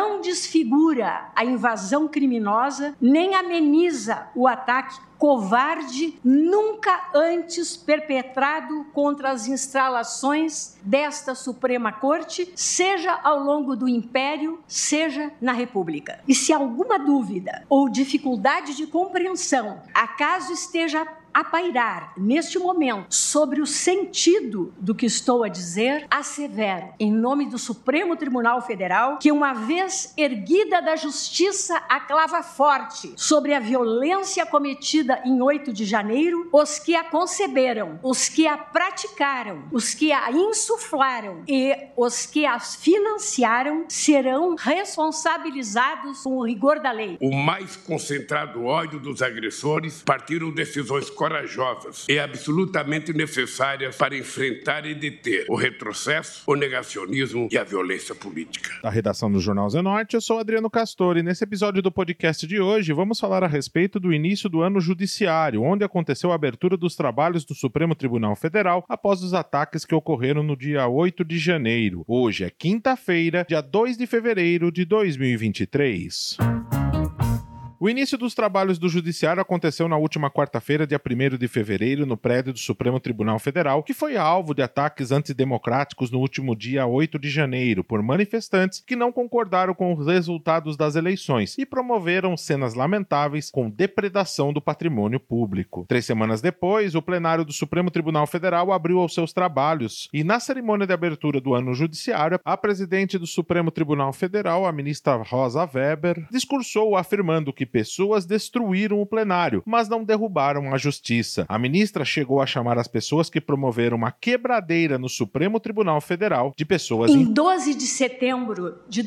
não desfigura a invasão criminosa, nem ameniza o ataque covarde nunca antes perpetrado contra as instalações desta Suprema Corte, seja ao longo do Império, seja na República. E se alguma dúvida ou dificuldade de compreensão acaso esteja a pairar, neste momento, sobre o sentido do que estou a dizer, assevero, em nome do Supremo Tribunal Federal, que uma vez erguida da justiça a clava forte sobre a violência cometida em 8 de janeiro, os que a conceberam, os que a praticaram, os que a insuflaram e os que a financiaram serão responsabilizados com o rigor da lei. O mais concentrado ódio dos agressores partiram decisões corajosas e absolutamente necessárias para enfrentar e deter o retrocesso, o negacionismo e a violência política. Da redação do Jornal Zenorte, eu sou Adriano Castor e nesse episódio do podcast de hoje vamos falar a respeito do início do ano judiciário, onde aconteceu a abertura dos trabalhos do Supremo Tribunal Federal após os ataques que ocorreram no dia 8 de janeiro. Hoje é quinta-feira, dia 2 de fevereiro de 2023. O início dos trabalhos do Judiciário aconteceu na última quarta-feira, dia 1º de fevereiro, no prédio do Supremo Tribunal Federal, que foi alvo de ataques antidemocráticos no último dia 8 de janeiro, por manifestantes que não concordaram com os resultados das eleições e promoveram cenas lamentáveis com depredação do patrimônio público. 3 semanas depois, o plenário do Supremo Tribunal Federal abriu aos seus trabalhos e, na cerimônia de abertura do ano judiciário, a presidente do Supremo Tribunal Federal, a ministra Rosa Weber, discursou afirmando que pessoas destruíram o plenário, mas não derrubaram a justiça. A ministra chegou a chamar as pessoas que promoveram uma quebradeira no Supremo Tribunal Federal de pessoas... Em 12 de setembro de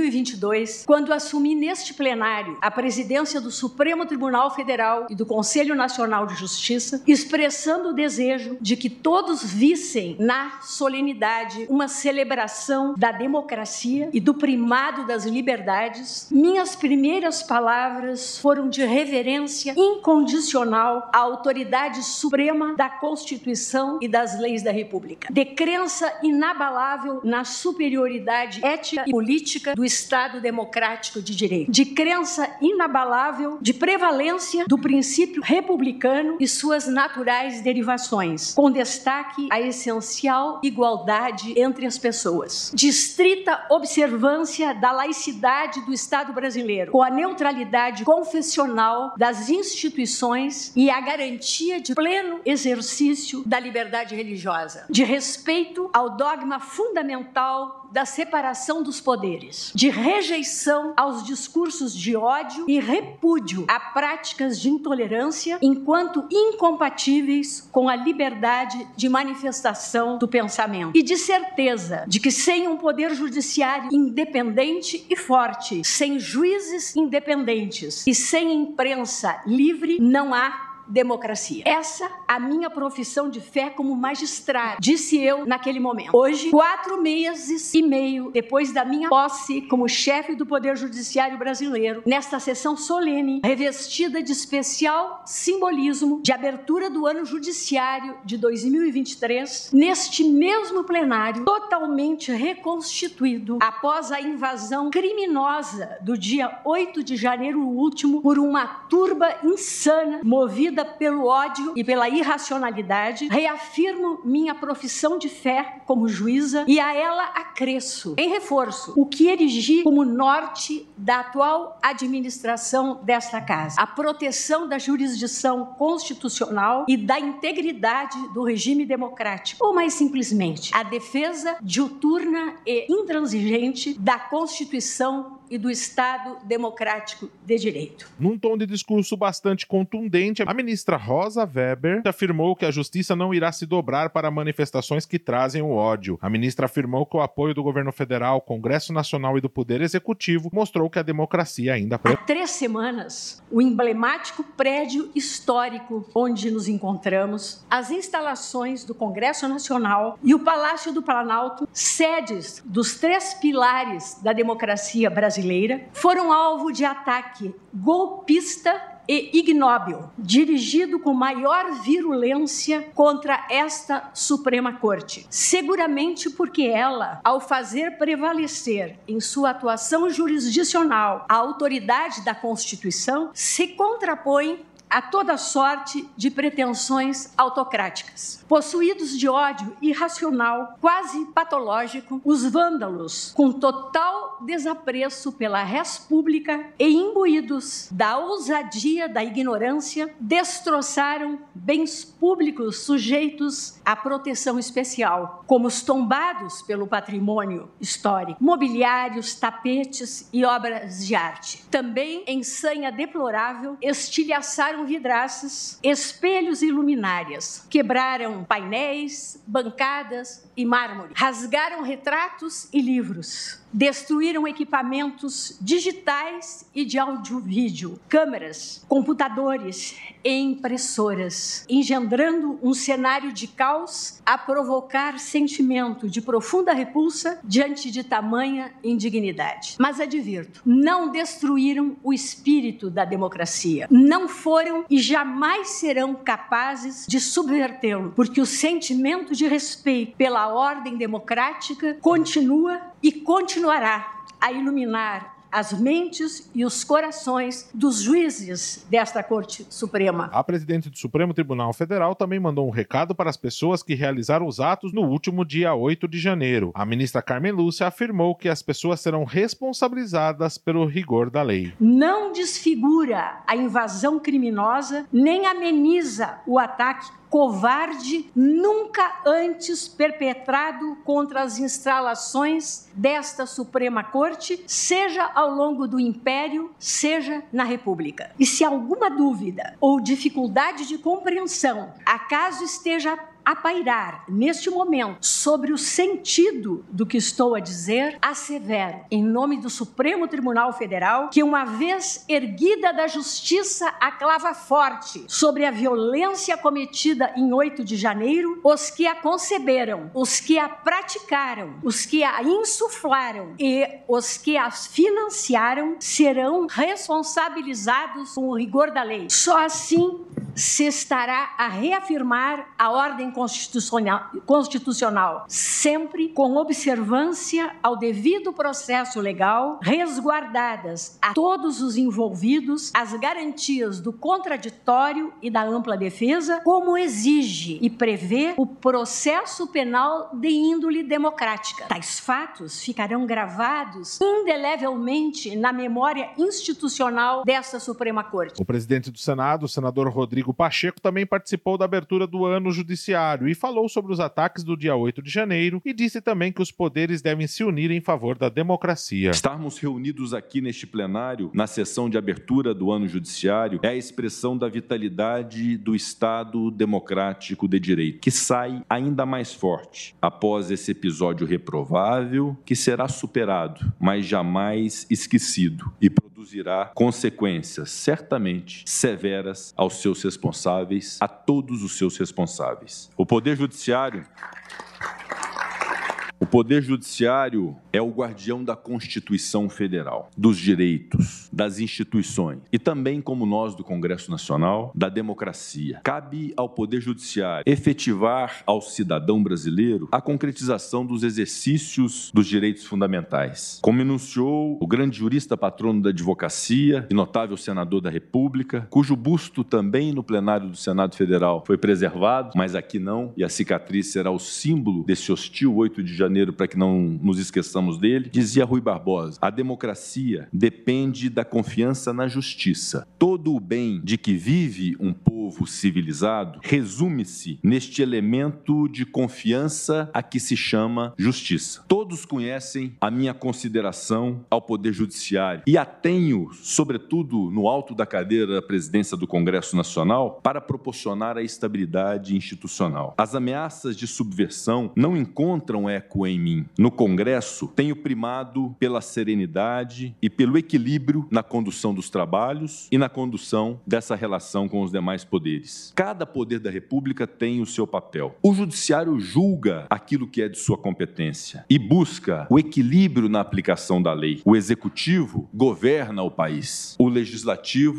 2022, quando assumi neste plenário a presidência do Supremo Tribunal Federal e do Conselho Nacional de Justiça, expressando o desejo de que todos vissem na solenidade uma celebração da democracia e do primado das liberdades, minhas primeiras palavras foram de reverência incondicional à autoridade suprema da Constituição e das leis da República, de crença inabalável na superioridade ética e política do Estado democrático de direito, de crença inabalável de prevalência do princípio republicano e suas naturais derivações, com destaque à essencial igualdade entre as pessoas, de estrita observância da laicidade do Estado brasileiro, com a neutralidade confessional das instituições e a garantia de pleno exercício da liberdade religiosa, de respeito ao dogma fundamental da separação dos poderes, de rejeição aos discursos de ódio e repúdio a práticas de intolerância enquanto incompatíveis com a liberdade de manifestação do pensamento e de certeza de que sem um poder judiciário independente e forte, sem juízes independentes e sem imprensa livre, não há democracia. Essa a minha profissão de fé como magistrado, disse eu naquele momento. Hoje, 4 meses e meio depois da minha posse como chefe do Poder Judiciário brasileiro, nesta sessão solene, revestida de especial simbolismo de abertura do ano judiciário de 2023, neste mesmo plenário, totalmente reconstituído após a invasão criminosa do dia 8 de janeiro último por uma turba insana movida pelo ódio e pela irracionalidade, reafirmo minha profissão de fé como juíza e a ela acresço, em reforço, o que erigi como norte da atual administração desta casa: a proteção da jurisdição constitucional e da integridade do regime democrático, ou mais simplesmente, a defesa diuturna e intransigente da Constituição e do Estado democrático de direito. Num tom de discurso bastante contundente, a ministra Rosa Weber afirmou que a justiça não irá se dobrar para manifestações que trazem o ódio. A ministra afirmou que o apoio do governo federal, Congresso Nacional e do Poder Executivo mostrou que a democracia ainda... Há 3 semanas, o emblemático prédio histórico onde nos encontramos, as instalações do Congresso Nacional e o Palácio do Planalto, sedes dos 3 pilares da democracia brasileira, foram alvo de ataque golpista e ignóbil, dirigido com maior virulência contra esta Suprema Corte. Seguramente porque ela, ao fazer prevalecer em sua atuação jurisdicional a autoridade da Constituição, se contrapõe a toda sorte de pretensões autocráticas. Possuídos de ódio irracional, quase patológico, os vândalos, com total desapreço pela res pública e imbuídos da ousadia da ignorância, destroçaram bens públicos sujeitos à proteção especial, como os tombados pelo patrimônio histórico, mobiliários, tapetes e obras de arte. Também, em sanha deplorável, estilhaçaram vidraças, espelhos e luminárias, quebraram painéis, bancadas e mármore, rasgaram retratos e livros, destruíram equipamentos digitais e de áudio-vídeo, câmeras, computadores e impressoras, engendrando um cenário de caos a provocar sentimento de profunda repulsa diante de tamanha indignidade. Mas advirto, não destruíram o espírito da democracia, não foram e jamais serão capazes de subvertê-lo, porque o sentimento de respeito pela ordem democrática continua e continuará a iluminar as mentes e os corações dos juízes desta Corte Suprema. A presidente do Supremo Tribunal Federal também mandou um recado para as pessoas que realizaram os atos no último dia 8 de janeiro. A ministra Carmen Lúcia afirmou que as pessoas serão responsabilizadas pelo rigor da lei. Não desfigura a invasão criminosa, nem ameniza o ataque covarde nunca antes perpetrado contra as instalações desta Suprema Corte, seja ao longo do Império, seja na República. E se alguma dúvida ou dificuldade de compreensão acaso esteja a pairar, neste momento, sobre o sentido do que estou a dizer, assevero, em nome do Supremo Tribunal Federal, que uma vez erguida da justiça a clava forte sobre a violência cometida em 8 de janeiro, os que a conceberam, os que a praticaram, os que a insuflaram e os que a financiaram serão responsabilizados com o rigor da lei. Só assim se estará a reafirmar a ordem constitucional, sempre com observância ao devido processo legal, resguardadas a todos os envolvidos as garantias do contraditório e da ampla defesa, como exige e prevê o processo penal de índole democrática. Tais fatos ficarão gravados indelevelmente na memória institucional desta Suprema Corte. O presidente do Senado, o senador Rodrigo Pacheco, também participou da abertura do ano judiciário e falou sobre os ataques do dia 8 de janeiro e disse também que os poderes devem se unir em favor da democracia. Estarmos reunidos aqui neste plenário, na sessão de abertura do ano judiciário, é a expressão da vitalidade do Estado democrático de direito, que sai ainda mais forte após esse episódio reprovável, que será superado, mas jamais esquecido, e produzirá consequências certamente severas aos seus responsáveis, a todos os seus responsáveis. O Poder Judiciário é o guardião da Constituição Federal, dos direitos, das instituições e também, como nós do Congresso Nacional, da democracia. Cabe ao Poder Judiciário efetivar ao cidadão brasileiro a concretização dos exercícios dos direitos fundamentais. Como enunciou o grande jurista patrono da advocacia e notável senador da República, cujo busto também no plenário do Senado Federal foi preservado, mas aqui não, e a cicatriz será o símbolo desse hostil 8 de janeiro para que não nos esqueçamos dele, dizia Rui Barbosa: a democracia depende da confiança na justiça. Todo o bem de que vive um povo civilizado resume-se neste elemento de confiança a que se chama justiça. Todos conhecem a minha consideração ao Poder Judiciário e a tenho, sobretudo, no alto da cadeira da presidência do Congresso Nacional para proporcionar a estabilidade institucional. As ameaças de subversão não encontram eco em mim. No Congresso, tenho primado pela serenidade e pelo equilíbrio na condução dos trabalhos e na condução dessa relação com os demais poderes. Cada poder da República tem o seu papel. O Judiciário julga aquilo que é de sua competência e busca o equilíbrio na aplicação da lei. O Executivo governa o país. O Legislativo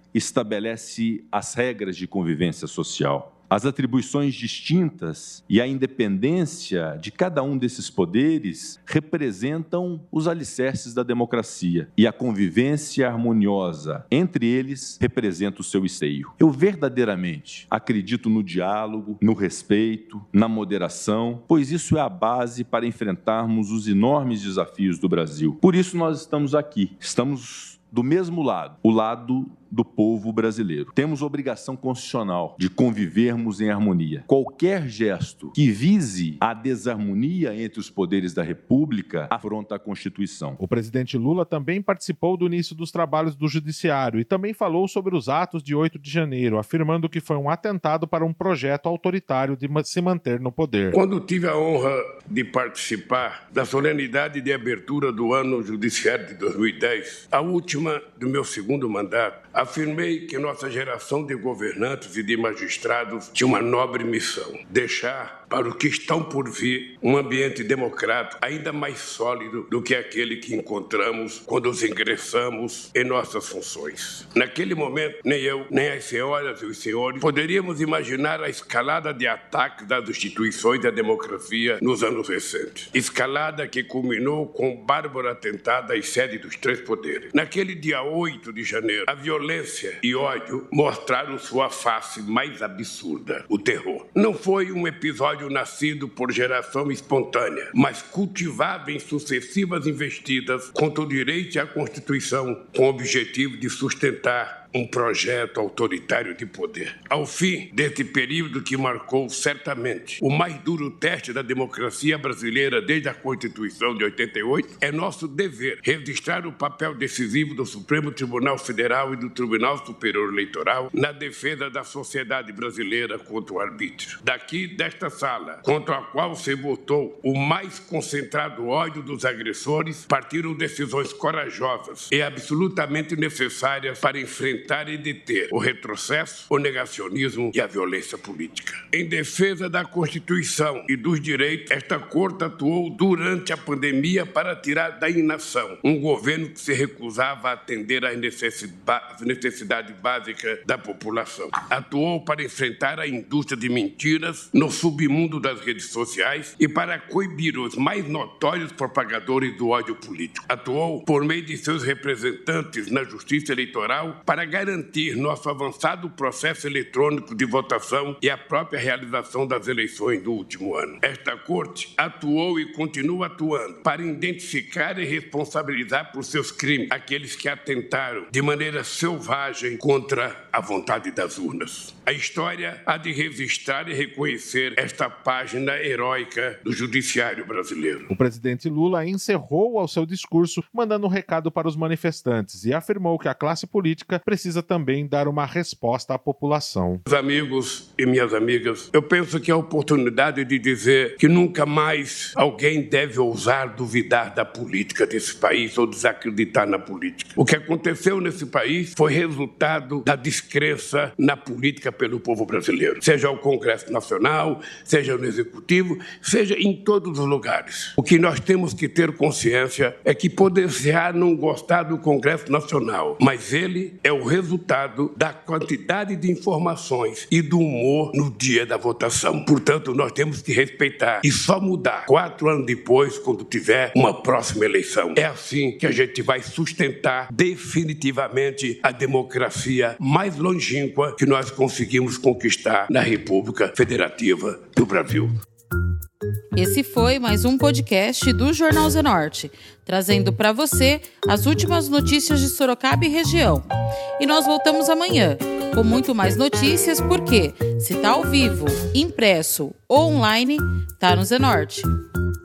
estabelece as regras de convivência social. As atribuições distintas e a independência de cada um desses poderes representam os alicerces da democracia, e a convivência harmoniosa entre eles representa o seu esteio. Eu verdadeiramente acredito no diálogo, no respeito, na moderação, pois isso é a base para enfrentarmos os enormes desafios do Brasil. Por isso nós estamos aqui, estamos do mesmo lado, o lado do povo brasileiro. Temos obrigação constitucional de convivermos em harmonia. Qualquer gesto que vise a desarmonia entre os poderes da República afronta a Constituição. O presidente Lula também participou do início dos trabalhos do Judiciário e também falou sobre os atos de 8 de janeiro, afirmando que foi um atentado para um projeto autoritário de se manter no poder. Quando tive a honra de participar da solenidade de abertura do ano judiciário de 2010, a última do meu segundo mandato, afirmei que nossa geração de governantes e de magistrados tinha uma nobre missão: deixar para os que estão por vir um ambiente democrático ainda mais sólido do que aquele que encontramos quando os ingressamos em nossas funções. Naquele momento, nem eu, nem as senhoras e os senhores poderíamos imaginar a escalada de ataques das instituições da democracia nos anos recentes. Escalada que culminou com o bárbaro atentado às sedes dos 3 poderes. Naquele dia 8 de janeiro, a violência e ódio mostraram sua face mais absurda: o terror. Não foi um episódio nascido por geração espontânea, mas cultivado em sucessivas investidas contra o direito e a Constituição, com o objetivo de sustentar um projeto autoritário de poder. Ao fim desse período que marcou certamente o mais duro teste da democracia brasileira desde a Constituição de 88, é nosso dever registrar o papel decisivo do Supremo Tribunal Federal e do Tribunal Superior Eleitoral na defesa da sociedade brasileira contra o arbítrio. Daqui desta sala, contra a qual se votou o mais concentrado ódio dos agressores, partiram decisões corajosas e absolutamente necessárias para enfrentar e deter o retrocesso, o negacionismo e a violência política. Em defesa da Constituição e dos direitos, esta Corte atuou durante a pandemia para tirar da inação um governo que se recusava a atender às necessidades básicas da população. Atuou para enfrentar a indústria de mentiras no submundo das redes sociais e para coibir os mais notórios propagadores do ódio político. Atuou por meio de seus representantes na Justiça Eleitoral para garantir nosso avançado processo eletrônico de votação e a própria realização das eleições do último ano. Esta Corte atuou e continua atuando para identificar e responsabilizar por seus crimes aqueles que atentaram de maneira selvagem contra a vontade das urnas. A história há de registrar e reconhecer esta página heróica do judiciário brasileiro. O presidente Lula encerrou ao seu discurso mandando um recado para os manifestantes e afirmou que a classe política precisa também dar uma resposta à população. Meus amigos e minhas amigas, eu penso que é a oportunidade de dizer que nunca mais alguém deve ousar duvidar da política desse país ou desacreditar na política. O que aconteceu nesse país foi resultado da descrença na política pelo povo brasileiro, seja o Congresso Nacional, seja no Executivo, seja em todos os lugares. O que nós temos que ter consciência é que poder-se-á não gostar do Congresso Nacional, mas ele é o resultado da quantidade de informações e do humor no dia da votação. Portanto, nós temos que respeitar e só mudar 4 anos depois, quando tiver uma próxima eleição. É assim que a gente vai sustentar definitivamente a democracia mais longínqua que nós conseguimos conquistar na República Federativa do Brasil. Esse foi mais um podcast do Jornal Zenorte, trazendo para você as últimas notícias de Sorocaba e região. E nós voltamos amanhã com muito mais notícias, porque se tá ao vivo, impresso ou online, tá no Zenorte.